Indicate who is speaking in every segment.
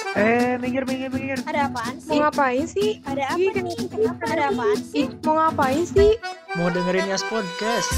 Speaker 1: Minggir.
Speaker 2: Ada apaan
Speaker 3: Mau
Speaker 2: sih?
Speaker 3: ngapain sih?
Speaker 2: Ada apa nih? Kenapa ada apaan sih?
Speaker 3: Mau ngapain sih?
Speaker 1: Mau dengerin Yas Podcast.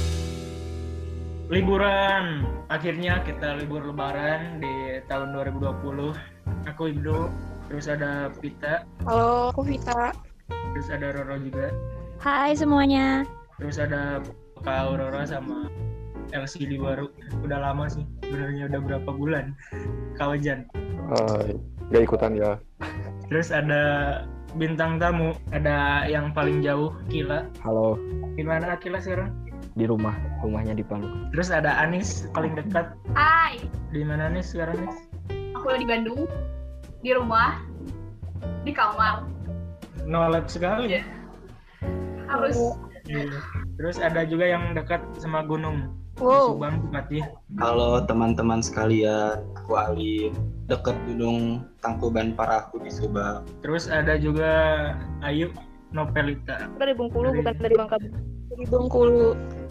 Speaker 1: Liburan. Akhirnya kita libur lebaran di tahun 2020. Aku Ibnu, terus ada Vita,
Speaker 3: Halo, aku Vita.
Speaker 1: terus ada Roro juga.
Speaker 2: Hai semuanya.
Speaker 1: Terus ada Kak Aurora sama LCD baru. Udah lama sih, sebenarnya udah berapa bulan. Kak Wajan.
Speaker 4: Gak ikutan ya.
Speaker 1: Terus ada bintang tamu, ada yang paling jauh, Kila.
Speaker 4: Halo,
Speaker 1: Gimana Kila sekarang?
Speaker 4: di rumahnya di Palu.
Speaker 1: Terus ada Anis paling dekat.
Speaker 5: Hai,
Speaker 1: Di mana Anis sekarang Anis?
Speaker 5: aku di Bandung, di rumah, di kamar.
Speaker 1: No lab sekali ya.
Speaker 5: Harus
Speaker 1: Iya. Terus ada juga yang dekat sama gunung. Di
Speaker 3: Wow.
Speaker 1: Subang tempatnya.
Speaker 6: Halo teman-teman sekalian, aku Alif, dekat Gunung Tangkuban Parahu di Subang.
Speaker 1: Terus ada juga Ayu Nopelita.
Speaker 3: Dari Bengkulu,
Speaker 1: Dari-
Speaker 3: bukan dari Bangka. Dari Bengkulu.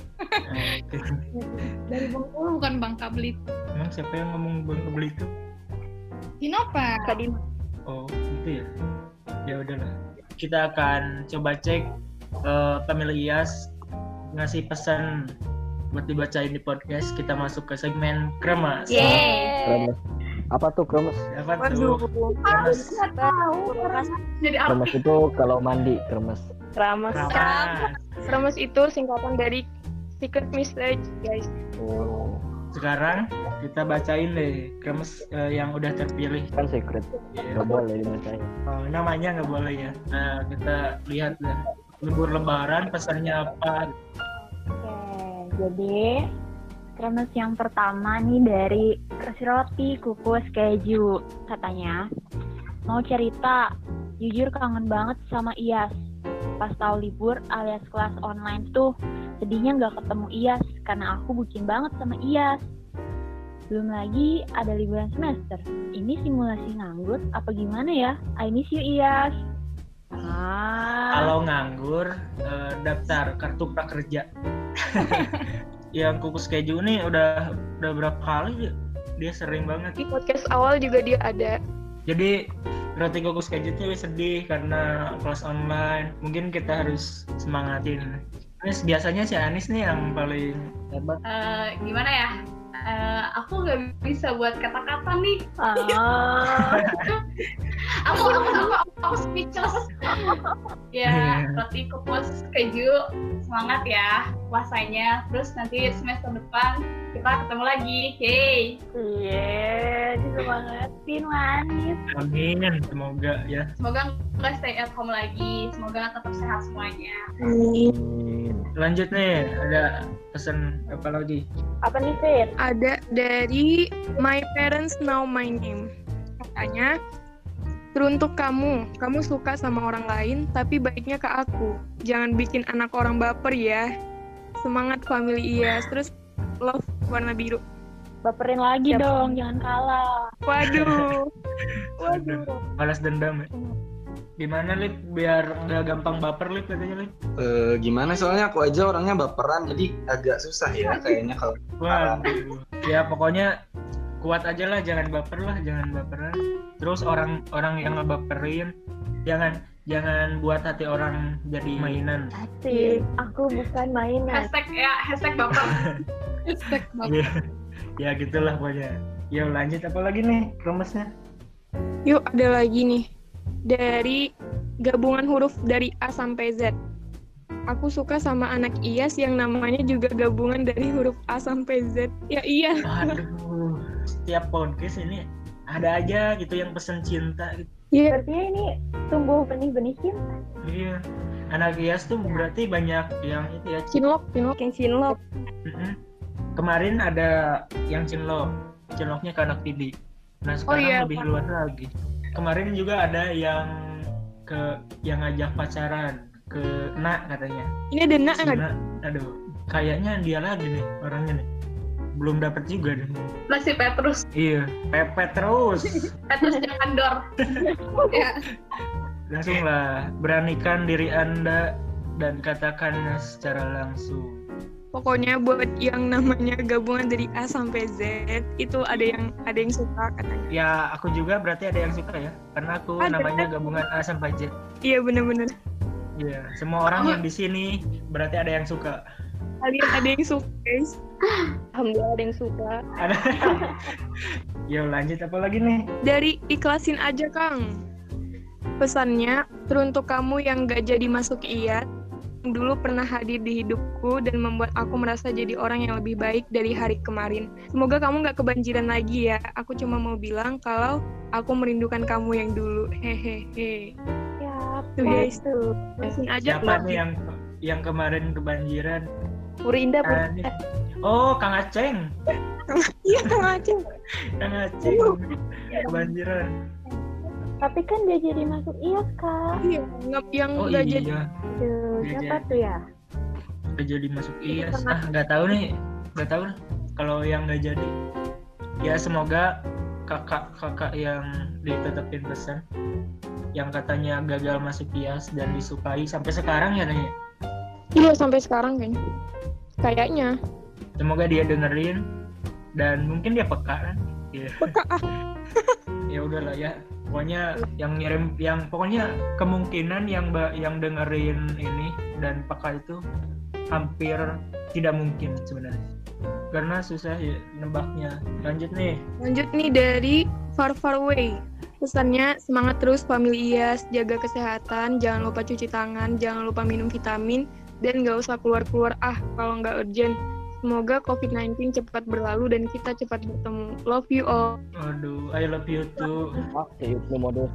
Speaker 5: dari Bengkulu bukan Bangka Belitung.
Speaker 1: Emang siapa yang ngomong Bangka Belitung?
Speaker 5: Kenapa?
Speaker 3: Kadin.
Speaker 1: Oh, gitu ya. Ya udahlah. Kita akan coba cek pemilih IAS ngasih pesan buat dibacain di podcast. Kita masuk ke segmen kremas.
Speaker 4: Kremes. Apa tuh kremes?
Speaker 1: Apa
Speaker 3: Waduh.
Speaker 1: tuh? Kremes.
Speaker 5: Nggak tahu. Jadi apa?
Speaker 4: Kremes itu kalau mandi, kremes.
Speaker 3: Rames.
Speaker 1: Kremas.
Speaker 3: Rames itu singkatan dari secret message, guys.
Speaker 4: Oh,
Speaker 1: Sekarang kita bacain deh kremes yang udah terpilih.
Speaker 4: kan secret.
Speaker 1: Iya.
Speaker 4: Gak boleh dibacain.
Speaker 1: Oh, namanya nggak boleh ya. Nah, kita lihat deh. Libur lebaran pesannya apa?
Speaker 7: Oke, jadi kremes yang pertama nih dari roti kukus keju. Katanya, mau cerita, jujur kangen banget sama IAS. Pas tahu libur alias kelas online tuh, sedihnya nggak ketemu IAS karena aku bucin banget sama IAS. Belum lagi ada liburan semester. Ini simulasi nganggur apa gimana ya? I miss you IAS.
Speaker 1: Kalau nganggur, daftar kartu prakerja. Yang kukus keju nih udah berapa kali dia sering banget.
Speaker 3: Di podcast awal juga dia ada.
Speaker 1: Jadi roti kukus keju tuh sedih karena kelas online. Mungkin kita harus semangatin. Terus biasanya si Anis nih yang paling hebat.
Speaker 5: Gimana ya? Aku nggak bisa buat kata-kata nih. Aku speechless. Ya, roti kukus keju, semangat ya puasanya. Terus nanti semester depan kita ketemu lagi. Hey.
Speaker 7: Iya, disemangatin manis.
Speaker 1: Amin, semoga ya.
Speaker 5: Semoga nggak stay at home lagi. Semoga tetap sehat semuanya.
Speaker 1: Lanjut nih, ada pesan apa lagi?
Speaker 7: Apa nih, Fit?
Speaker 3: Ada dari My Parents Know My Name. Katanya, teruntuk kamu suka sama orang lain, tapi baiknya ke aku. Jangan bikin anak orang baper ya. Semangat family IAS. Terus love warna biru.
Speaker 7: Baperin lagi
Speaker 3: Siap.
Speaker 7: dong, jangan kalah.
Speaker 3: Waduh.
Speaker 1: Balas dendam ya. Gimana Lip biar nggak gampang baper Lip katanya Lip?
Speaker 6: Gimana soalnya aku aja orangnya baperan, jadi agak susah ya kayaknya kalau.
Speaker 1: Waduh. Ya pokoknya kuat aja lah, jangan baper lah, jangan baperan. Terus orang yang ngebaperin jangan buat hati orang jadi mainan.
Speaker 7: Asik, aku bukan mainan.
Speaker 5: Hashtag bapak.
Speaker 1: Ya gitulah pokoknya. Ya lanjut apa lagi nih kremesnya?
Speaker 3: Yuk, ada lagi nih. Dari gabungan huruf dari A sampai Z. Aku suka sama anak IAS yang namanya juga gabungan dari huruf A sampai Z. Ya iya.
Speaker 1: Waduh, setiap podcast ini ada aja gitu yang pesen cinta gitu.
Speaker 3: Iya.
Speaker 7: Sepertinya ini tumbuh benih-benih cinta.
Speaker 1: Iya. Anak IAS tuh berarti banyak yang itu ya.
Speaker 3: Cinlok yang cinlok.
Speaker 1: Mm-mm. Kemarin ada yang cinloknya ke anak Tidi. Nah sekarang
Speaker 3: iya,
Speaker 1: lebih
Speaker 3: Pak.
Speaker 1: luas lagi. Kemarin juga ada yang ngajak pacaran ke Nak katanya.
Speaker 3: Ini ada nak
Speaker 1: Si
Speaker 3: nggak?
Speaker 1: Nak, aduh, kayaknya dia lagi nih orangnya nih. Belum dapet juga deh.
Speaker 5: Masih Petrus.
Speaker 1: Iya, pepet terus.
Speaker 5: Petrus jangan dor. Ya.
Speaker 1: Langsung lah, beranikan diri Anda dan katakannya secara langsung.
Speaker 3: Pokoknya buat yang namanya gabungan dari A sampai Z itu ada yang suka katanya.
Speaker 1: Ya, aku juga berarti ada yang suka ya. Karena aku
Speaker 3: Ada.
Speaker 1: namanya gabungan A sampai Z.
Speaker 3: Iya benar-benar.
Speaker 1: Iya, semua orang yang di sini berarti ada yang suka.
Speaker 3: Kalian ada yang suka guys. Alhamdulillah ada yang suka.
Speaker 1: Ada. Yo, lanjut apa lagi nih?
Speaker 3: Dari ikhlasin aja Kang. Pesannya teruntuk kamu yang gak jadi masuk IAS, yang dulu pernah hadir di hidupku dan membuat aku merasa jadi orang yang lebih baik dari hari kemarin. Semoga kamu gak kebanjiran lagi ya. Aku cuma mau bilang kalau aku merindukan kamu yang dulu. Hehehe.
Speaker 7: Ya,
Speaker 3: Tuh guys.
Speaker 7: tuh.
Speaker 3: Ikhlasin aja.
Speaker 1: Siapa nih yang kemarin kebanjiran?
Speaker 7: Puri Indah,
Speaker 1: Ah, nih. Oh, Kang Aceng.
Speaker 3: Iya Kang Aceh.
Speaker 1: Kang Aceng. Kebanjiran.
Speaker 7: Tapi kan dia jadi masuk IAS, Kak.
Speaker 3: Iya, yang
Speaker 1: Oh
Speaker 3: gak jadi.
Speaker 1: iya,
Speaker 7: Aduh,
Speaker 1: Dia
Speaker 7: siapa
Speaker 1: jadi.
Speaker 7: tuh ya?
Speaker 1: udah jadi masuk IAS. Nggak tahu nih. Nggak tahu nih. Kalau yang nggak jadi. Ya semoga kakak yang ditetepin pesan yang katanya gagal masuk IAS dan disukai sampai sekarang ya nih.
Speaker 3: Iya sampai sekarang kayaknya. Kayaknya.
Speaker 1: Semoga dia dengerin dan mungkin dia peka kan. Iya. Ya udahlah ya. Pokoknya yang ngirim pokoknya kemungkinan yang dengerin ini dan peka itu hampir tidak mungkin sebenarnya. Karena susah ya nebaknya. Lanjut nih.
Speaker 3: Lanjut nih dari Far Far Away. Pesannya semangat terus family IAS, jaga kesehatan, jangan lupa cuci tangan, jangan lupa minum vitamin, dan nggak usah keluar-keluar kalau nggak urgent. Semoga COVID-19 cepat berlalu dan kita cepat bertemu. Love you all.
Speaker 1: Aduh, I love you too.
Speaker 4: Oke, itu mode.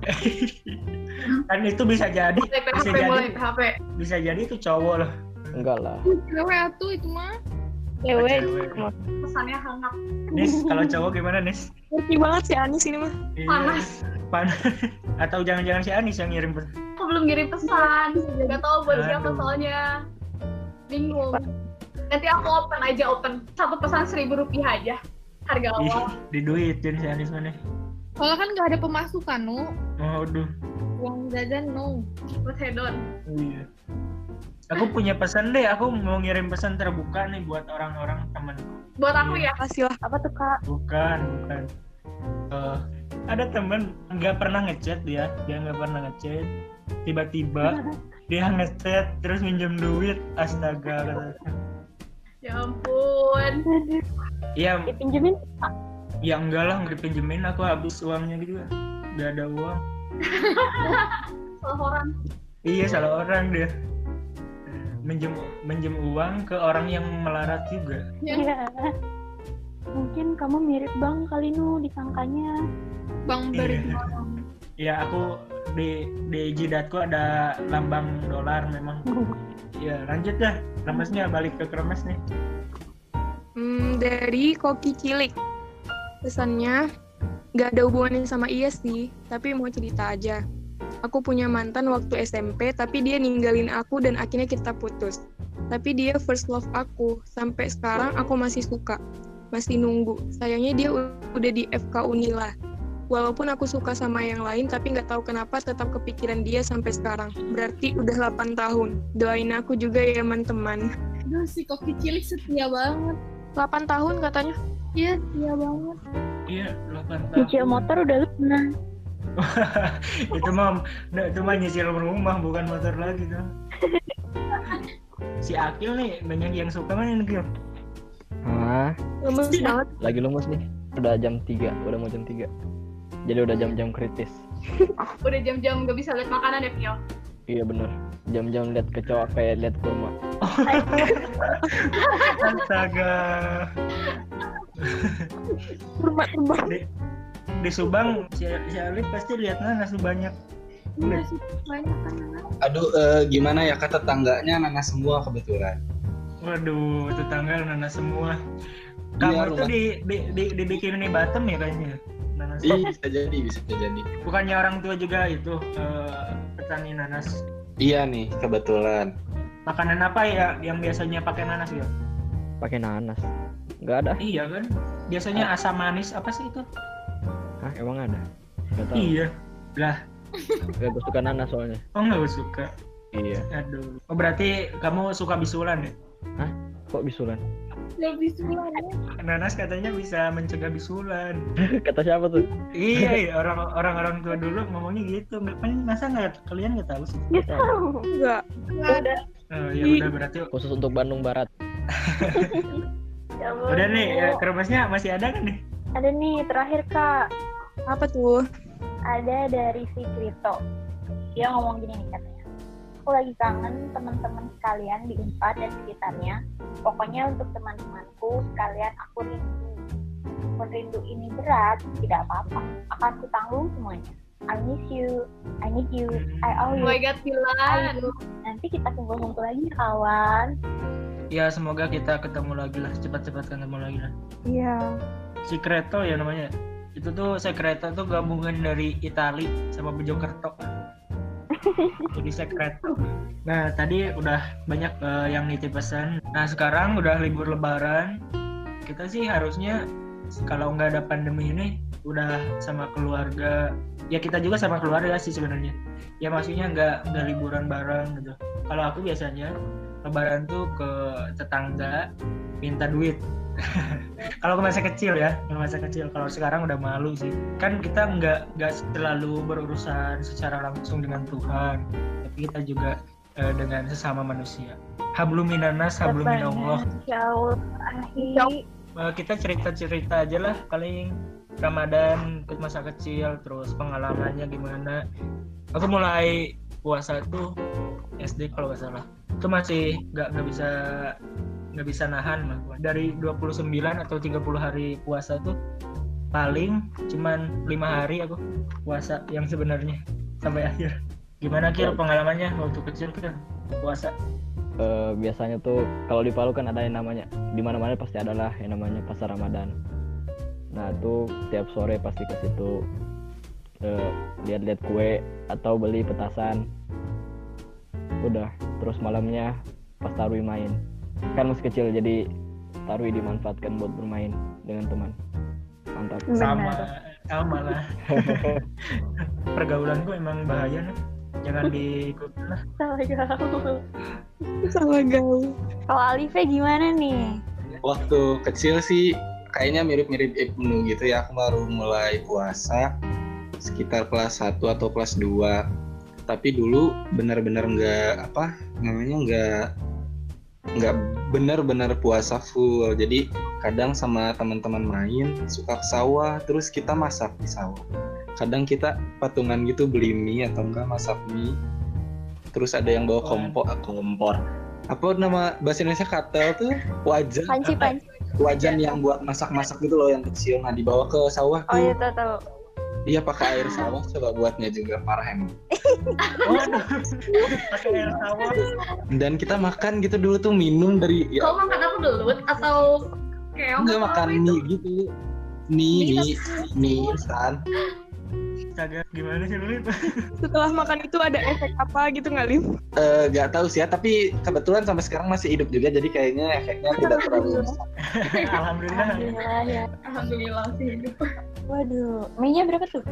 Speaker 1: Kan itu bisa jadi,
Speaker 5: Mulai PHP.
Speaker 1: bisa jadi itu cowok loh.
Speaker 4: Enggak lah.
Speaker 3: Cewek atuh itu mah.
Speaker 7: Cewek.
Speaker 5: Pesannya hangat.
Speaker 1: Nis, kalau cowok gimana Nis?
Speaker 3: Ngerti banget si Anis ini mah.
Speaker 1: Iya.
Speaker 5: Panas.
Speaker 1: Panas. Atau jangan-jangan si Anis yang ngirim pesan?
Speaker 5: Aku belum ngirim pesan. Gak tahu buat siapa
Speaker 1: Aduh.
Speaker 5: soalnya. Bingung. Nanti aku open. Satu pesan Rp1.000 aja. Harga
Speaker 1: Ih,
Speaker 5: awal.
Speaker 1: diduitin si Anis mana?
Speaker 8: Kalau kan nggak ada pemasukan, Nu.
Speaker 1: Oh, aduh.
Speaker 8: Uang jajan, no.
Speaker 5: Buat hedon.
Speaker 1: Iya. Aku punya pesan deh, aku mau ngirim pesan terbuka nih buat orang-orang temanku.
Speaker 5: Buat aku ya.
Speaker 3: Kasih lah.
Speaker 7: Apa tuh, Kak?
Speaker 1: Bukan. Ada temen nggak pernah ngechat dia nggak pernah ngechat. Tiba-tiba dia ngechat terus minjem duit, astaga.
Speaker 5: Ya ampun.
Speaker 1: Iya,
Speaker 7: Dipinjemin?
Speaker 1: ya enggak lah, nggak dipinjemin, aku habis uangnya gitu, nggak ada uang.
Speaker 5: Salah orang.
Speaker 1: Iya, salah orang dia. Minjem uang ke orang yang melarat juga.
Speaker 7: Iya. Mungkin kamu mirip Bang kali Nu disangkanya.
Speaker 8: Bang
Speaker 1: Iya.
Speaker 8: beri
Speaker 1: Ya, aku di jidatku ada lambang dolar memang. Ya, lanjut dah. Kremesnya balik ke kremes nih.
Speaker 3: Dari Koki Cilik. Pesannya nggak ada hubungannya sama IAS sih, tapi mau cerita aja. Aku punya mantan waktu SMP, tapi dia ninggalin aku dan akhirnya kita putus. Tapi dia first love aku. Sampai sekarang aku masih suka. Masih nunggu. Sayangnya dia udah di FK Unila. Walaupun aku suka sama yang lain, tapi nggak tahu kenapa tetap kepikiran dia sampai sekarang. Berarti udah 8 tahun. Doain aku juga ya teman-teman.
Speaker 8: Aduh, si Koki Cilik setia banget.
Speaker 3: 8 tahun katanya.
Speaker 8: Iya, setia banget.
Speaker 1: Iya, 8 tahun.
Speaker 7: Nyicil motor udah lunas.
Speaker 1: itu mah nyicil rumah, bukan motor lagi tuh. Si Akil nih banyak yang suka mana nih, Akil?
Speaker 4: Hah?
Speaker 3: Lemes banget.
Speaker 4: Lagi lemes nih. Udah jam 3, udah mau jam 3. Jadi udah jam-jam kritis.
Speaker 5: Udah jam-jam gak bisa lihat makanan ya, Pio.
Speaker 4: Iya bener. Jam-jam lihat kecoa kayak lihat kurma.
Speaker 1: Astaga.
Speaker 3: Rumah terbang.
Speaker 1: Di Subang si Alif pasti lihat nanas tuh banyak.
Speaker 8: Iya, sih, banyak kan.
Speaker 6: Aduh, gimana ya, kata tetangganya nanas semua kebetulan.
Speaker 1: Waduh, tetangga nanas semua.
Speaker 6: Iya,
Speaker 1: Kamu itu
Speaker 6: rumah.
Speaker 1: dibikin ini Batam ya kayaknya. Nanas.
Speaker 6: Bisa jadi.
Speaker 1: Bukannya orang tua juga itu petani nanas.
Speaker 6: Iya nih, kebetulan.
Speaker 1: Makanan apa ya yang biasanya pakai nanas ya?
Speaker 4: Pakai nanas. Enggak ada.
Speaker 1: Iya kan? Biasanya asam manis apa sih itu?
Speaker 4: Hah, emang ada? Enggak tahu.
Speaker 1: Iya. Lah,
Speaker 4: Enggak gue suka nanas soalnya.
Speaker 1: oh nggak suka.
Speaker 4: Iya.
Speaker 1: Aduh. Oh berarti kamu suka bisulan ya?
Speaker 4: Hah? Kok bisulan?
Speaker 8: Lebih sulan ya.
Speaker 1: Nanas katanya bisa mencegah bisulan.
Speaker 4: Kata siapa tuh?
Speaker 1: Iya, orang-orang tua dulu ngomongnya gitu. Masa kalian nggak tahu sih?
Speaker 7: Nggak tahu.
Speaker 3: Enggak.
Speaker 1: Ya udah berarti
Speaker 4: Khusus untuk Bandung Barat.
Speaker 7: Ya ampun,
Speaker 1: udah nih.
Speaker 7: Bu.
Speaker 1: Kermasnya masih ada kan nih?
Speaker 7: Ada nih terakhir Kak.
Speaker 3: Apa tuh?
Speaker 7: Ada dari si Krito. Dia ngomong gini nih katanya. Aku lagi kangen teman-teman sekalian di Unpad dan sekitarnya. Pokoknya untuk teman-temanku sekalian aku rindu. Walaupun rindu ini berat, tidak apa-apa. Akan kutanggung semuanya. I miss you, I need you, I owe
Speaker 5: Oh
Speaker 7: you.
Speaker 5: my god, Dilan.
Speaker 7: Nanti kita kumpul-kumpul lagi kawan.
Speaker 1: Ya semoga kita ketemu lagi lah. Cepat-cepat ketemu lagi lah.
Speaker 3: Iya.
Speaker 1: Si Kreto ya namanya. Itu tuh Sekreto tuh gabungan dari Itali sama Mojokerto. Jadi Sekreto. Nah tadi udah banyak yang nitip pesan. Nah sekarang udah libur lebaran. Kita sih harusnya kalau nggak ada pandemi ini udah sama keluarga. Ya kita juga sama keluarga sih sebenarnya. Ya maksudnya nggak liburan bareng gitu. Kalau aku biasanya lebaran tuh ke tetangga minta duit. Kalau ke masa kecil ya, kalau sekarang udah malu sih. Kan kita nggak selalu berurusan secara langsung dengan Tuhan, tapi kita juga dengan sesama manusia. Hablum minanas, hablum minallah.
Speaker 7: Insya Allah.
Speaker 1: Kita cerita aja lah, paling Ramadan ke masa kecil, terus pengalamannya gimana. Aku mulai puasa tuh SD kalau nggak salah. Itu masih nggak bisa nahan mah. Dari 29 atau 30 hari puasa tuh paling cuman 5 hari aku puasa yang sebenarnya sampai akhir. Gimana Kil pengalamannya waktu kecil Kil puasa?
Speaker 4: Biasanya tuh kalau di Palu kan ada yang namanya, di mana-mana pasti adalah yang namanya pasar Ramadan. Nah tuh tiap sore pasti ke situ lihat-lihat kue atau beli petasan. Udah, terus malamnya pas tarawih main. Kan masih kecil jadi tarawih dimanfaatkan buat bermain dengan teman. Mantap.
Speaker 1: Sama lah. Pergaulanku emang bahaya nih. Jangan diikutin lah.
Speaker 3: Salah gaul.
Speaker 7: Kalau Alife gimana nih?
Speaker 6: Waktu kecil sih kayaknya mirip-mirip Ibnu gitu ya. Aku baru mulai puasa sekitar kelas 1 atau kelas 2. Tapi dulu benar-benar nggak benar-benar puasa full. Jadi kadang sama teman-teman main suka ke sawah, terus kita masak di sawah. Kadang kita patungan gitu beli mie atau enggak masak mie. Terus ada yang bawa kompor. Apa nama bahasa Indonesia katel tuh? Wajan.
Speaker 7: Panci.
Speaker 6: Wajan yang buat masak-masak gitu loh yang kecil. Nah dibawa ke sawah tuh.
Speaker 7: Oh iya tahu.
Speaker 6: Iya pakai air sawah, coba buatnya juga parah emang.
Speaker 1: Pakai air sawah.
Speaker 6: Dan kita makan gitu dulu tuh minum dari
Speaker 5: Kau makan apa belut atau keong?
Speaker 6: enggak makan mie gitu. Mie instan.
Speaker 1: Astaga, gimana sih Lim?
Speaker 3: Setelah makan itu ada efek apa gitu nggak, Lim?
Speaker 6: Gak tahu sih ya, tapi kebetulan sampai sekarang masih hidup juga, jadi kayaknya efeknya tidak terlalu besar.
Speaker 1: Alhamdulillah.
Speaker 7: Alhamdulillah ya.
Speaker 5: Alhamdulillah sih hidup.
Speaker 7: Waduh, mie-nya berapa tuh?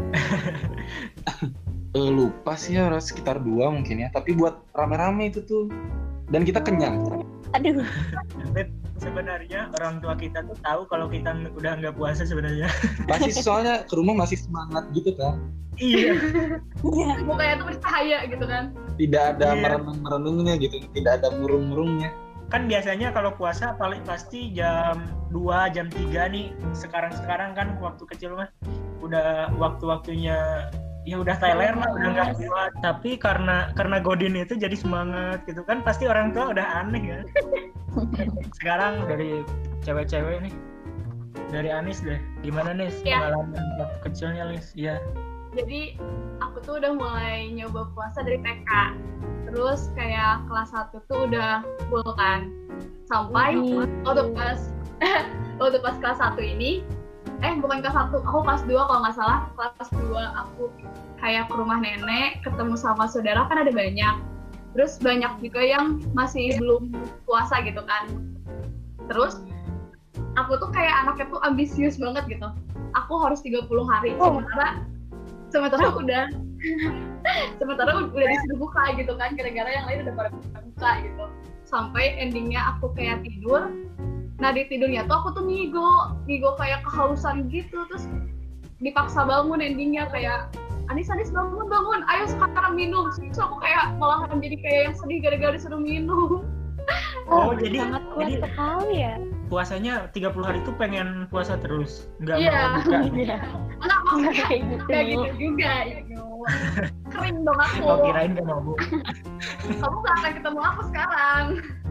Speaker 6: Lupa sih ya, sekitar 2 mungkin ya, tapi buat rame-rame itu tuh. Dan kita kenyang.
Speaker 7: Aduh.
Speaker 1: Sebenarnya orang tua kita tuh tahu kalau kita udah nggak puasa sebenarnya.
Speaker 6: Masih soalnya ke rumah masih semangat gitu kan.
Speaker 1: Iya.
Speaker 5: Mukanya tuh bercahaya gitu kan.
Speaker 6: Tidak ada
Speaker 1: Iya.
Speaker 6: merenung-merenungnya gitu, tidak ada murung-murungnya.
Speaker 1: Kan biasanya kalau puasa paling pasti jam 2, jam 3 nih. Sekarang kan waktu kecil mah udah waktu-waktunya ya udah teler lah, udah nggak kuat. Tapi karena Godin itu jadi semangat gitu kan, pasti orang tua udah aneh kan. Sekarang dari cewek-cewek nih, dari Anis deh, gimana nih
Speaker 5: Ya.
Speaker 1: pengalaman waktu kecilnya Lis? Iya.
Speaker 5: Jadi aku tuh udah mulai nyoba puasa dari TK. Terus kayak kelas 1 tuh udah full kan. Sampai waktu pas kelas 1 ini bukan kelas 1, aku kelas 2 kalau nggak salah. Kelas 2 aku kayak ke rumah nenek, ketemu sama saudara kan ada banyak. Terus banyak juga yang masih belum puasa gitu kan. Terus aku tuh kayak anaknya tuh ambisius banget gitu. Aku harus 30 hari sementara udah disuruh buka gitu kan, gara-gara yang lain udah pada buka gitu. sampai endingnya aku kayak tidur. Nah di tidurnya tuh aku tuh ngigo kayak kehausan gitu, terus dipaksa bangun endingnya kayak Anis bangun, ayo sekarang minum. Terus aku kayak malahan jadi kayak yang sedih gara-gara disuruh minum.
Speaker 1: Jadi
Speaker 2: sangat kuat sekali ya.
Speaker 1: puasanya 30 hari itu pengen puasa terus, nggak
Speaker 5: Iya.
Speaker 1: mau buka.
Speaker 5: Enggak maksudnya
Speaker 2: Kayak gitu.
Speaker 5: kayak gitu juga. Kering dong aku.
Speaker 1: Oh, kirain nggak mau bu.
Speaker 5: Kamu gak akan ketemu aku sekarang.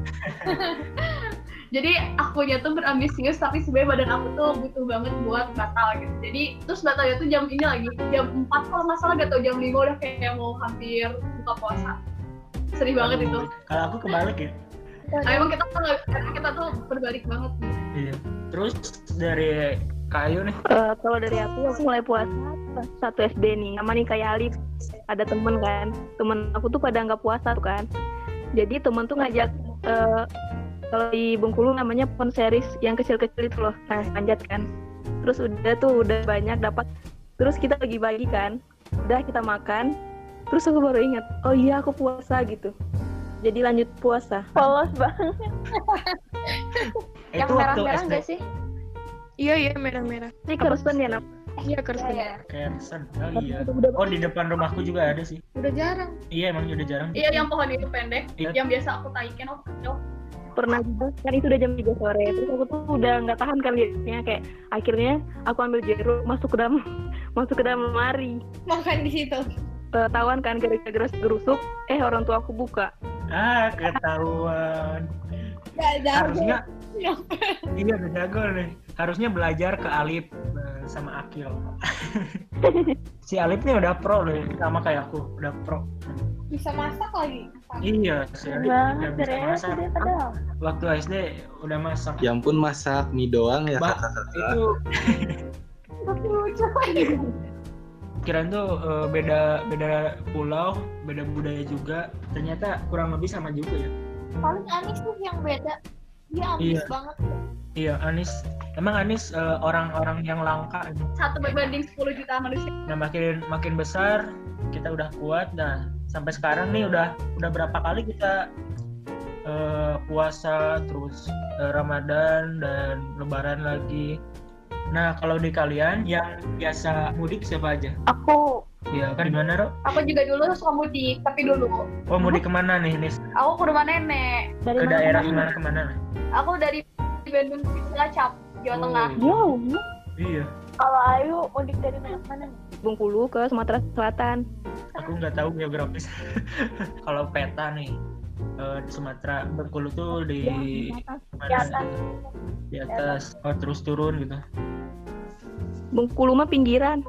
Speaker 5: Jadi akunya tuh berambisius, tapi sebenarnya badan aku tuh butuh banget buat batal gitu. Jadi terus batalnya tuh jam ini lagi, jam 4 kalau nggak salah, gak tau jam 5 udah kayak mau hampir buka puasa. Sedih banget itu.
Speaker 1: Kalau aku kebalik ya.
Speaker 5: Emang kita tuh berbalik banget.
Speaker 1: Iya. Terus dari Kayu nih.
Speaker 3: Kalau dari aku mulai puasa pas 1 SD nih. Nama nih kayak Alif. Ada temen kan. Temen aku tuh pada nggak puasa tuh kan. Jadi temen tuh ngajak kalau di Bengkulu namanya ponseris yang kecil-kecil itu loh. Nah, panjat kan. Terus udah banyak dapat. Terus kita bagi-bagi kan. Udah kita makan. Terus aku baru ingat, oh iya aku puasa gitu. Jadi lanjut puasa.
Speaker 2: Polos banget.
Speaker 1: Itu
Speaker 2: Yang
Speaker 1: waktu
Speaker 2: merah-merah
Speaker 1: SD.
Speaker 2: nggak sih?
Speaker 3: Iya merah-merah. Ini Kersen ya namanya. Iya Kersen.
Speaker 2: Iya.
Speaker 1: Kersen. Oh iya. Oh di depan rumahku juga ada sih.
Speaker 2: Udah jarang.
Speaker 1: Iya emang udah jarang.
Speaker 5: Iya yang pohon itu pendek,
Speaker 1: Iya.
Speaker 5: yang biasa aku taikin
Speaker 3: Pernah juga kan itu udah jam 3 sore, terus aku tuh udah nggak tahan kan liatnya, kayak akhirnya aku ambil jeruk masuk ke dalam lemari.
Speaker 2: Makan di situ.
Speaker 3: Tawan kan gara-gara gerusuk, orang tua aku buka.
Speaker 1: Ah ketahuan.
Speaker 2: Nggak jarang.
Speaker 1: Harusnya. Iya udah jago nih. Harusnya belajar ke Alif sama Akil. Si Alif nih udah pro loh, sama kayak aku udah pro.
Speaker 2: Bisa masak lagi.
Speaker 1: Iya, si Alif udah bisa masak. Waktu SD udah masak.
Speaker 6: Ya ampun, masak mie doang ya
Speaker 1: Mbak,
Speaker 6: kakak-kakak.
Speaker 1: itu kirain tuh beda pulau, beda budaya juga. Ternyata kurang lebih sama juga ya.
Speaker 2: Paling Anis tuh yang beda. Dia
Speaker 1: Iya.
Speaker 2: ambis banget.
Speaker 1: Iya, Anis. Emang Anis orang-orang yang langka.
Speaker 5: 1 berbanding 10 juta manusia.
Speaker 1: Nah makin besar kita udah kuat. Nah sampai sekarang nih udah berapa kali kita puasa, terus Ramadan dan Lebaran lagi. Nah kalau di kalian yang biasa mudik siapa aja?
Speaker 2: Aku
Speaker 1: Iya kan, gimana Ro?
Speaker 5: Aku juga dulu suka mudik, tapi dulu
Speaker 1: Oh mudik kemana nih Nis?
Speaker 5: aku ke rumah nenek.
Speaker 2: dari
Speaker 1: Ke
Speaker 2: mana?
Speaker 1: daerah kemana?
Speaker 5: Aku dari Bandung ke Cilacap, Jawa Tengah.
Speaker 2: Jauh.
Speaker 1: Iya.
Speaker 2: Kalau Ayu mudik dari mana?
Speaker 3: Bengkulu ke Sumatera Selatan.
Speaker 1: Aku nggak tahu geografis. Kalau peta nih di Sumatera, Bengkulu tuh di
Speaker 2: Di atas.
Speaker 1: Di atas. Oh terus turun gitu.
Speaker 3: Bengkulu mah pinggiran.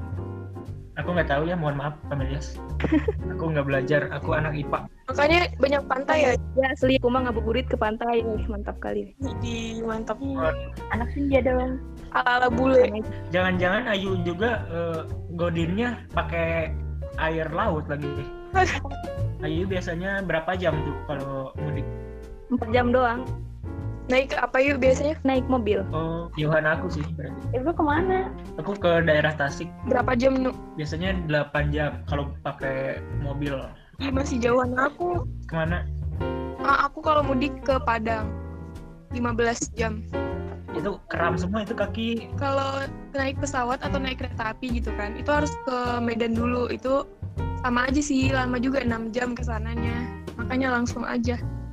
Speaker 1: Aku nggak tahu ya, mohon maaf Kamelias. Aku nggak belajar, aku anak IPA.
Speaker 3: Makanya banyak pantai ya. Ya asli aku mah ngabuburit ke pantai. Mantap kali. Jadi mantap.
Speaker 2: Anak senja dong.
Speaker 3: Ala-ala bule.
Speaker 1: Jangan-jangan Ayu juga godinnya pakai air laut lagi. Ayu biasanya berapa jam tuh kalau mudik?
Speaker 3: 4 jam doang. Naik apa yuk biasanya? Naik mobil.
Speaker 1: Oh, jauhan aku sih berarti.
Speaker 2: Ibu kemana?
Speaker 1: Aku ke daerah Tasik.
Speaker 3: Berapa jam nu?
Speaker 1: Biasanya 8 jam kalau pakai mobil.
Speaker 3: Ih, masih jauhan aku.
Speaker 1: Kemana?
Speaker 3: Aku kalau mudik ke Padang 15 jam.
Speaker 1: Itu kram semua itu kaki.
Speaker 3: Kalau naik pesawat atau naik kereta api gitu kan, itu harus ke Medan dulu. Itu sama aja sih, lama juga 6 jam kesananya. Makanya langsung aja.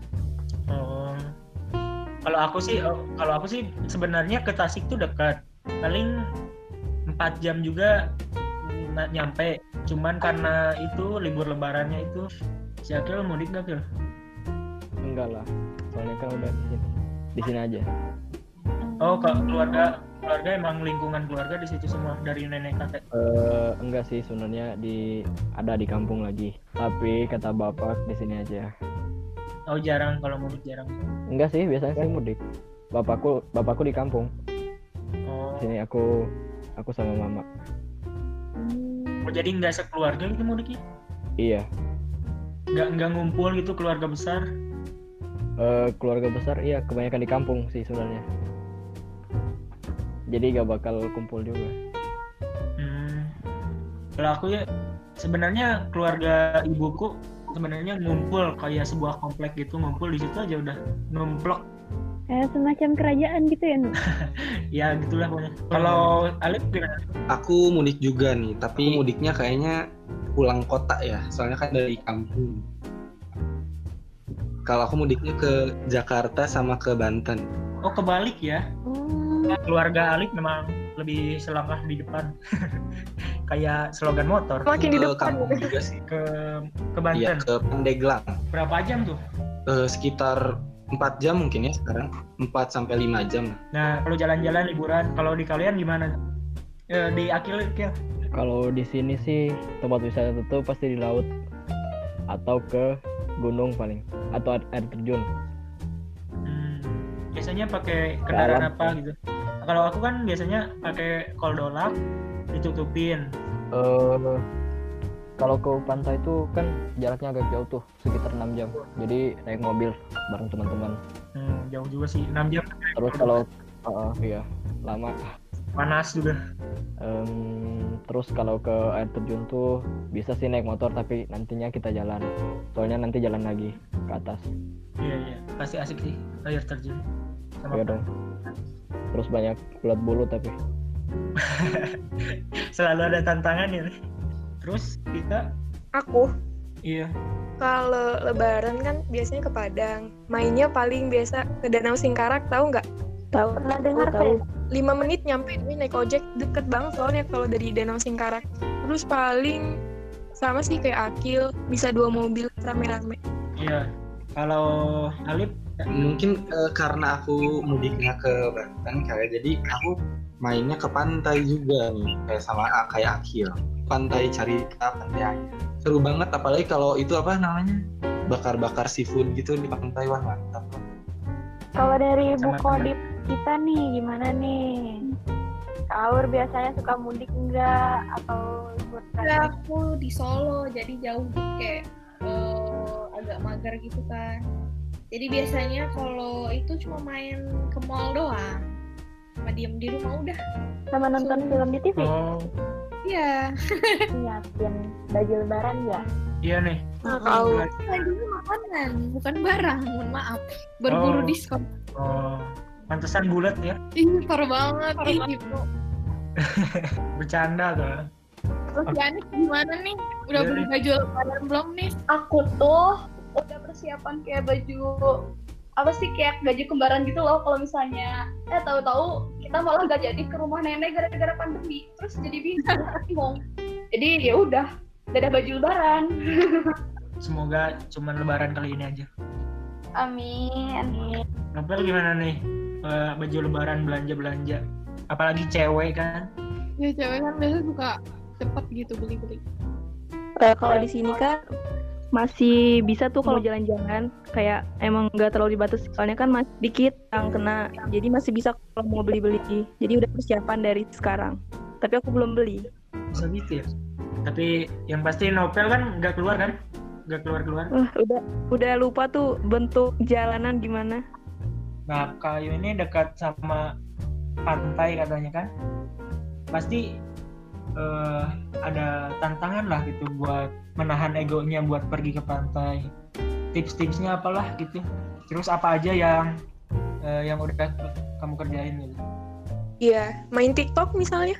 Speaker 1: Oh. Kalau aku sih sebenarnya ke Tasik tuh dekat. Paling 4 jam juga nyampe. Cuman karena itu libur lebarannya itu, si Akil mudik nggak Akil?
Speaker 4: Enggak lah, soalnya kan udah di sini aja.
Speaker 1: Oh, keluarga emang lingkungan keluarga di situ semua dari nenek kakek.
Speaker 4: Enggak sih, sebenarnya ada di kampung lagi. Tapi kata bapak di sini aja.
Speaker 1: Oh jarang, kalau mudik jarang.
Speaker 4: Enggak sih, biasanya sih mudik. Bapakku di kampung.
Speaker 1: Oh,
Speaker 4: Di sini aku sama mama.
Speaker 1: oh jadi nggak sekeluarga gitu mudiknya?
Speaker 4: Iya.
Speaker 1: Nggak ngumpul gitu keluarga besar?
Speaker 4: Keluarga besar iya kebanyakan di kampung sih sebenarnya. Jadi gak bakal kumpul juga.
Speaker 1: Kalau aku ya sebenarnya keluarga ibuku sebenarnya ngumpul kayak sebuah komplek gitu, ngumpul di situ aja udah numplok.
Speaker 2: Kayak semacam kerajaan gitu ya, Nu?
Speaker 1: Ya gitulah pokoknya. Kalau Alif gimana?
Speaker 6: Aku mudik juga nih, tapi mudiknya kayaknya pulang kota ya, soalnya kan dari kampung. Kalau aku mudiknya ke Jakarta sama ke Banten.
Speaker 1: Oh kebalik ya. Keluarga Alif memang lebih selangkah di depan. Kayak slogan motor.
Speaker 3: Makin di
Speaker 6: Ke
Speaker 3: depan
Speaker 6: kampung
Speaker 3: gitu.
Speaker 6: juga sih.
Speaker 1: Ke
Speaker 6: Iya,
Speaker 1: Banten.
Speaker 6: ke Pandeglang.
Speaker 1: Berapa jam tuh?
Speaker 6: Sekitar 4 jam mungkin ya sekarang. 4-5 jam.
Speaker 1: Nah kalau jalan-jalan liburan, kalau di kalian gimana? Di Akil ya?
Speaker 4: Kalau di sini sih tempat wisata itu pasti di laut atau ke gunung paling atau air terjun.
Speaker 1: Biasanya pakai kendaraan
Speaker 4: Alam.
Speaker 1: apa gitu? Kalau aku kan biasanya pakai koldolak ditutupin.
Speaker 4: Kalau ke pantai itu kan jaraknya agak jauh tuh, sekitar 6 jam. Jadi naik mobil bareng teman-teman.
Speaker 1: Jauh juga sih, 6 jam.
Speaker 4: Terus kalau iya lama.
Speaker 1: Panas juga.
Speaker 4: Terus kalau ke air terjun tuh bisa sih naik motor tapi nantinya kita jalan. Soalnya nanti jalan lagi ke atas.
Speaker 1: Iya, pasti asik sih air terjun.
Speaker 4: Iya dong. Terus banyak ulat bulu tapi.
Speaker 1: Selalu ada tantangan ya. Terus kita
Speaker 3: Aku
Speaker 1: iya.
Speaker 3: kalau lebaran kan biasanya ke Padang. Mainnya paling biasa ke Danau Singkarak, tahu nggak?
Speaker 2: Tahu, pernah dengar
Speaker 3: Tahu.
Speaker 2: kayak
Speaker 3: 5 menit nyampe, ini naik ojek deket banget soalnya kalau dari Danau Singkarak. Terus paling sama sih kayak Akil, bisa 2 mobil rame-rame.
Speaker 1: Iya. Kalau Alif
Speaker 6: Mungkin karena aku mudiknya ke Banten kayak jadi aku mainnya ke pantai juga nih kayak Akil. Pantai Carita, pantai Anyer. Seru banget apalagi kalau itu apa namanya? Bakar-bakar seafood gitu di pantai, wah mantap.
Speaker 2: kalau dari Bu
Speaker 1: Sama-sama.
Speaker 2: Kodip kita nih gimana nih? Kaur biasanya suka mudik enggak atau libur
Speaker 8: Ya, aku di Solo, jadi jauh kayak agak mager gitu kan. Jadi biasanya kalau itu cuma main ke mall doang, sama diem di rumah udah.
Speaker 2: sama nonton film di TV?
Speaker 1: oh
Speaker 8: Iya.
Speaker 2: Nyiapin baju lebaran ya?
Speaker 1: iya nih.
Speaker 3: Kalau
Speaker 8: Laginya makanan, bukan barang. Mohon maaf. Berburu
Speaker 1: Oh.
Speaker 8: diskon.
Speaker 1: Oh, pantesan bulat ya.
Speaker 8: Ih, parah banget. Gitu.
Speaker 1: Bercanda kan.
Speaker 8: Terus Yanis gimana nih? Udah
Speaker 1: Iya
Speaker 8: beli
Speaker 1: nih.
Speaker 8: baju lebaran belum nih?
Speaker 5: Aku tuh udah persiapan kayak baju apa sih kayak baju kembaran gitu loh kalau misalnya tahu-tahu kita malah gak jadi ke rumah nenek gara-gara pandemi terus jadi bingung jadi ya udah ada baju lebaran.
Speaker 1: Semoga cuman lebaran kali ini aja.
Speaker 5: Amin.
Speaker 1: Nopel gimana nih? Baju lebaran belanja-belanja. Apalagi cewek kan.
Speaker 8: Ya cewek kan biasanya suka cepet gitu beli-beli.
Speaker 9: Kalau di sini kan masih bisa tuh kalau jalan-jalan, kayak emang nggak terlalu dibatasi, soalnya kan masih dikit yang kena, jadi masih bisa kalau mau beli-beli. Jadi udah persiapan dari sekarang. Tapi aku belum beli.
Speaker 1: Bisa gitu ya. Tapi yang pasti Nopel kan nggak keluar kan? Nggak keluar-keluar.
Speaker 9: Udah lupa tuh bentuk jalanan gimana.
Speaker 1: Nah, Kayu ini dekat sama pantai katanya kan. Pasti ada tantangan lah gitu buat menahan egonya buat pergi ke pantai. Tips-tipsnya apalah gitu. Terus apa aja yang udah kamu kerjain gitu?
Speaker 3: iya, main TikTok misalnya.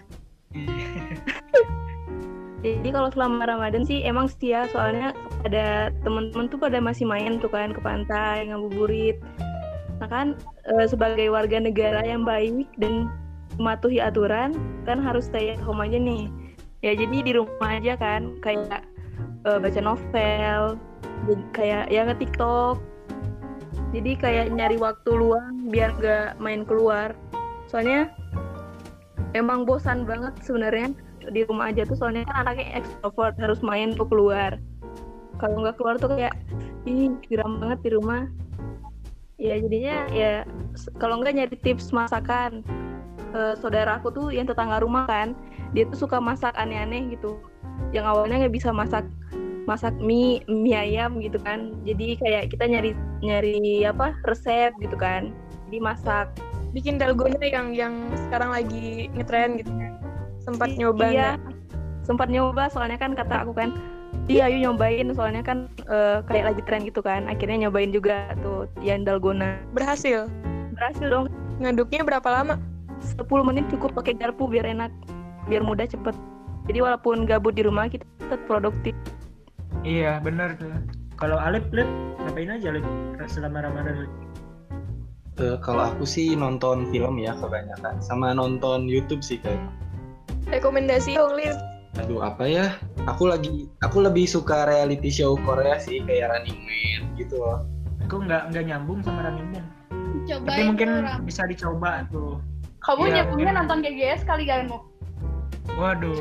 Speaker 9: Jadi kalau selama Ramadan sih emang setia, soalnya ada teman-teman tuh pada masih main tuh kan ke pantai, ngabuburit. Nah kan sebagai warga negara yang baik dan mematuhi aturan kan harus stay at home aja nih. Ya jadi di rumah aja kan, kayak baca novel, jadi kayak ya nge-TikTok. Jadi kayak nyari waktu luang biar nggak main keluar. Soalnya emang bosan banget sebenarnya di rumah aja tuh, soalnya kan anaknya extrovert, harus main tuh keluar. Kalau nggak keluar tuh kayak geram banget di rumah. Ya jadinya ya kalau nggak nyari tips masakan. Saudara aku tuh yang tetangga rumah kan, dia tuh suka masak aneh-aneh gitu. Yang awalnya nggak bisa masak mie ayam gitu kan. Jadi kayak kita nyari apa resep gitu kan. Jadi masak.
Speaker 3: Bikin dalgona yang sekarang lagi ngetren gitu kan. Sempat nyoba
Speaker 9: Iya,
Speaker 3: nggak?
Speaker 9: sempat nyoba, soalnya kan kata aku kan Iya, Ayu nyobain soalnya kan kayak lagi tren gitu kan. Akhirnya nyobain juga tuh yang dalgona.
Speaker 3: Berhasil.
Speaker 9: Berhasil dong.
Speaker 3: Ngaduknya berapa lama?
Speaker 9: 10 menit cukup pakai garpu biar enak, biar mudah cepet. Jadi walaupun gabut di rumah kita tetap produktif.
Speaker 1: Iya benar tuh. Kalau Alip ngapain aja Lip selama Ramadan Lip?
Speaker 6: Kalau aku sih nonton film ya kebanyakan, sama nonton YouTube sih kayaknya.
Speaker 3: Rekomendasi dong, Lip.
Speaker 6: Aduh apa ya? Aku lebih suka reality show Korea sih, kayak Running Man gitu loh.
Speaker 1: Aku nggak nyambung sama Running Man.
Speaker 5: Cobain
Speaker 1: Tapi mungkin
Speaker 5: orang.
Speaker 1: bisa dicoba tuh.
Speaker 5: Kamu
Speaker 1: Iya,
Speaker 5: nyambungnya
Speaker 1: mungkin.
Speaker 5: nonton GGS kali kan mau?
Speaker 1: Waduh.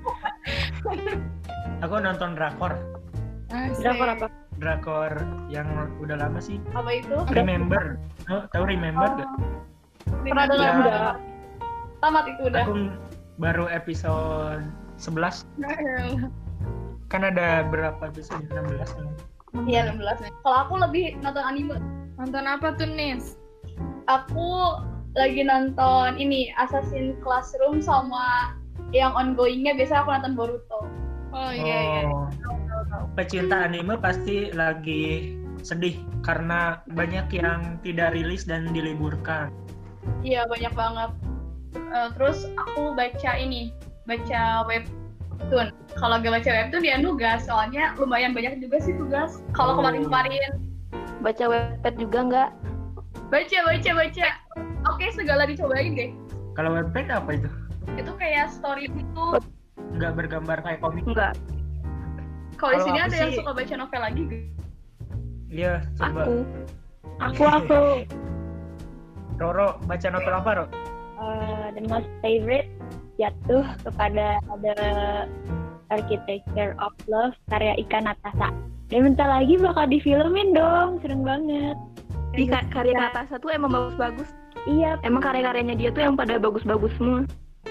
Speaker 1: Aku nonton drakor.
Speaker 9: Drakor apa?
Speaker 1: Drakor yang udah lama sih.
Speaker 5: Apa itu?
Speaker 1: Remember. Tahu Remember gak?
Speaker 5: Pernah dengar?
Speaker 1: Ya.
Speaker 5: Enggak. Tamat itu udah.
Speaker 1: Aku baru episode 11. Kan ada berapa episode? 16 kan?
Speaker 5: Iya 16. Kalau aku lebih nonton anime.
Speaker 8: Nonton apa tuh, Nis?
Speaker 5: Aku lagi nonton ini Assassin's Classroom sama yang ongoingnya biasa aku nonton Boruto.
Speaker 8: Oh iya.
Speaker 1: Oh. Pecinta anime pasti lagi sedih karena banyak yang tidak rilis dan diliburkan.
Speaker 5: Iya banyak banget. Terus aku baca webtoon. Kalau gak baca webtoon dia nugas, soalnya lumayan banyak juga sih tugas. Kalau kemarin-kemarin
Speaker 9: Baca Wattpad juga nggak?
Speaker 5: baca. Oke, segala dicobain deh.
Speaker 1: Kalau Wattpad apa itu?
Speaker 5: Itu kayak story gitu.
Speaker 1: Nggak bergambar kayak komik?
Speaker 9: Enggak.
Speaker 5: Kalau di
Speaker 1: Kalau
Speaker 5: sini
Speaker 1: aku
Speaker 5: ada yang
Speaker 1: sih-
Speaker 5: suka baca novel lagi gak?
Speaker 1: Iya, coba.
Speaker 7: Aku
Speaker 1: Roro, baca novel apa, Ro?
Speaker 7: the most favorite jatuh kepada The Architecture of Love karya Ika Natasha. Dan bentar lagi bakal difilmin dong, sering banget.
Speaker 9: Di karya Natasha tuh emang bagus-bagus.
Speaker 7: Iya,
Speaker 9: Emang karya-karyanya dia tuh yang pada bagus-bagus semua.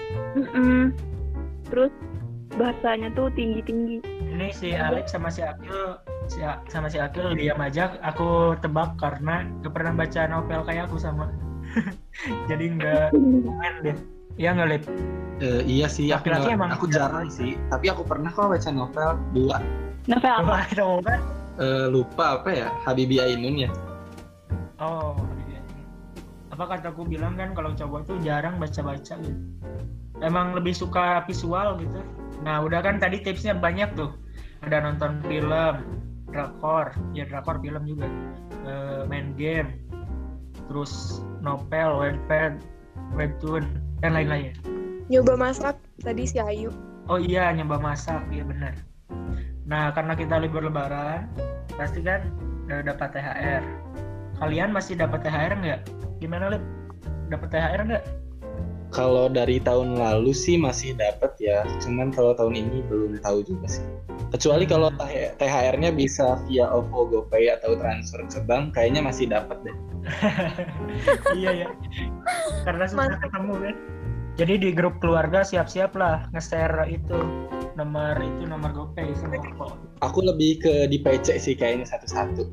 Speaker 9: Terus bahasanya tuh tinggi-tinggi.
Speaker 1: Ini si Alex sama si Akil diam aja. Aku tebak karena gak pernah baca novel kayak aku sama. Jadi nggak komen deh. Iya nggak Lip?
Speaker 6: Iya sih,
Speaker 1: Laki-laki emang
Speaker 6: aku jarang sih. Tapi aku pernah kok baca novel 2.
Speaker 7: novel apa?
Speaker 1: Coba kita mau kan?
Speaker 6: Lupa apa ya? Habibie Ainun ya.
Speaker 1: Oh, iya. Apa kataku bilang kan kalau cowok tuh jarang baca-baca gitu. Emang lebih suka visual gitu. Nah udah kan tadi tipsnya banyak tuh. Ada nonton film, drakor, film juga, main game, terus novel, webtoon, dan lain-lain.
Speaker 3: Nyoba masak tadi si Ayu.
Speaker 1: Oh iya, nyoba masak, iya benar. Nah karena kita libur lebaran, pasti kan dapat THR. Kalian masih dapat THR nggak? Gimana Lip? Dapat THR nggak?
Speaker 6: Kalau dari tahun lalu sih masih dapat ya, cuman kalau tahun ini belum tahu juga sih. Kecuali kalau THR-nya bisa via OVO, GoPay atau transfer ke bank, kayaknya masih dapat deh.
Speaker 1: Iya ya, karena susah ketemu kan. Jadi di grup keluarga siap-siap lah nge-share itu nomor GoPay sama OVO.
Speaker 6: Aku lebih ke di PC sih kayaknya satu-satu.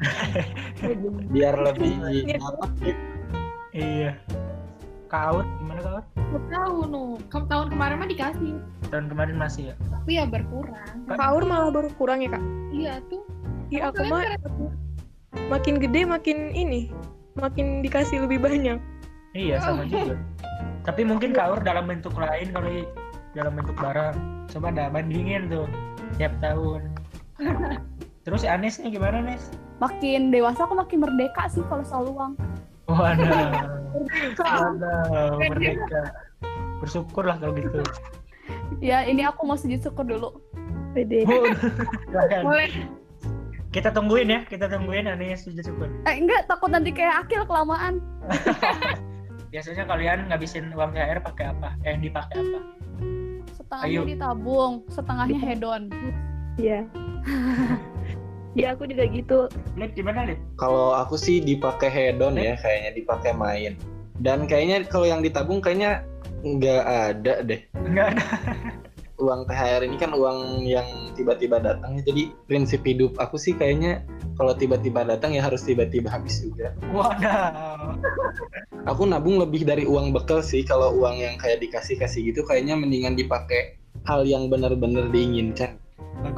Speaker 6: Biar lebih dapat gitu.
Speaker 1: Iya. Kaut, gimana Kaut?
Speaker 8: Aku tahu tahun kemarin mah dikasih,
Speaker 1: Tahun kemarin masih ya?
Speaker 8: tapi ya berkurang.
Speaker 3: Kak Aur malah baru kurang ya, Kak?
Speaker 8: Iya tuh.
Speaker 3: Iya, aku
Speaker 8: Kalian
Speaker 3: mah
Speaker 8: keren.
Speaker 3: makin gede makin dikasih lebih banyak.
Speaker 1: Iya sama juga. Tapi mungkin Kaur dalam bentuk lain kali, dalam bentuk barang. Coba dah bandingin tuh tiap tahun. Terus Anes nih gimana Nes?
Speaker 10: Makin dewasa aku makin merdeka sih kalau soal uang.
Speaker 1: Waduh, merdeka. Bersyukurlah kalau gitu.
Speaker 10: Ya ini aku mau sujud syukur dulu.
Speaker 9: Pede.
Speaker 5: Boleh.
Speaker 1: Kita tungguin Anes sujud syukur.
Speaker 10: Enggak, takut nanti kayak Akil kelamaan.
Speaker 1: Biasanya kalian ngabisin uang THR pakai apa? Dipakai apa?
Speaker 10: Setengahnya
Speaker 1: Ayo.
Speaker 10: ditabung, setengahnya hedon.
Speaker 9: Iya. Ya aku juga gitu.
Speaker 1: Lip gimana Lip?
Speaker 6: Kalau aku sih dipakai hedon ya, kayaknya dipakai main. Dan kayaknya kalau yang ditabung kayaknya nggak ada deh.
Speaker 1: Enggak ada.
Speaker 6: Uang THR ini kan uang yang tiba-tiba datang, jadi prinsip hidup aku sih kayaknya kalau tiba-tiba datang ya harus tiba-tiba habis juga.
Speaker 1: Waduh.
Speaker 6: Aku nabung lebih dari uang bekal sih. Kalau uang yang kayak dikasih-kasih gitu kayaknya mendingan dipakai hal yang benar-benar diinginkan.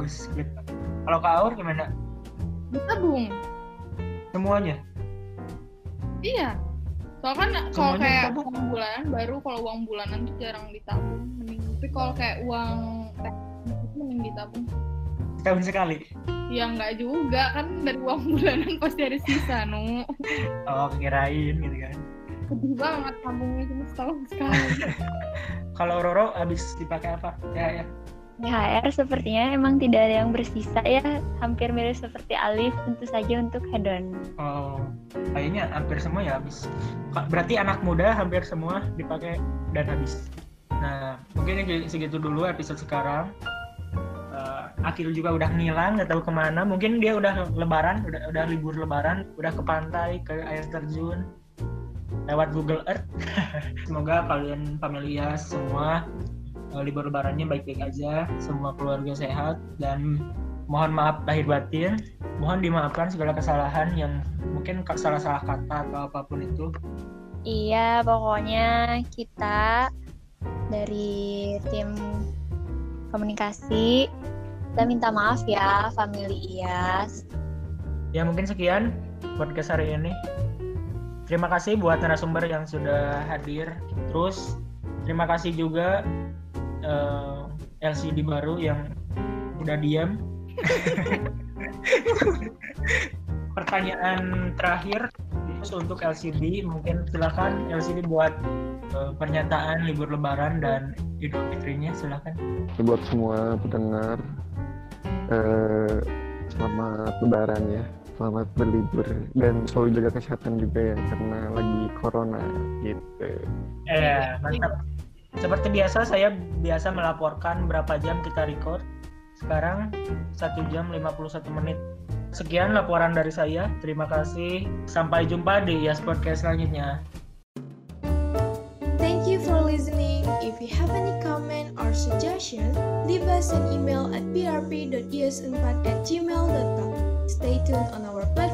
Speaker 1: bagus gitu. Kalau Kak Aur gimana?
Speaker 3: Ditabung.
Speaker 1: Semuanya?
Speaker 3: Iya. Soalnya kan kalau
Speaker 1: Semuanya
Speaker 3: kayak
Speaker 1: ditabung?
Speaker 3: uang bulanan baru, kalau uang bulanan tuh jarang ditabung. Tapi kalau kayak uang itu mending ditabung.
Speaker 1: Setahun sekali?
Speaker 3: Ya enggak juga, kan dari uang bulanan pasti ada sisa, Nu.
Speaker 1: Oh, kirain gitu kan.
Speaker 3: Sedih banget tabungnya cuma setahun sekali.
Speaker 1: Kalau Roro habis dipakai apa? Ya.
Speaker 7: THR sepertinya emang tidak ada yang bersisa ya, hampir mirip seperti Alif, tentu saja untuk hedon.
Speaker 1: Oh, kayaknya hampir semua ya habis. Berarti anak muda hampir semua dipakai dan habis. Nah, mungkin segitu dulu episode sekarang. Akil juga udah ngilang, nggak tahu kemana. Mungkin dia udah lebaran, udah libur lebaran, udah ke pantai, ke air terjun, lewat Google Earth. Semoga kalian familia semua libur lebarannya baik-baik aja, semua keluarga sehat, dan mohon maaf lahir batin, mohon dimaafkan segala kesalahan yang mungkin salah-salah kata atau apapun itu.
Speaker 7: Iya, pokoknya kita dari tim komunikasi kita minta maaf ya, family IAS.
Speaker 1: Ya mungkin sekian podcast hari ini. Terima kasih buat narasumber yang sudah hadir. Terus terima kasih juga LCD baru yang udah diam. Pertanyaan terakhir untuk LCD, mungkin silakan LCD buat pernyataan libur lebaran dan Idul Fitrinya, silakan.
Speaker 11: Buat semua pendengar, selamat lebaran ya, selamat berlibur dan selalu jaga kesehatan juga ya, karena lagi corona gitu.
Speaker 1: Mantap. Seperti biasa, saya biasa melaporkan berapa jam kita record. Sekarang 1 jam 51 menit. Sekian laporan dari saya. Terima kasih. Sampai jumpa di IAS Podcast selanjutnya.
Speaker 12: Thank you for listening. If you have any comment or suggestion, leave us an email at brp.ias4@gmail.com. Stay tuned on our platform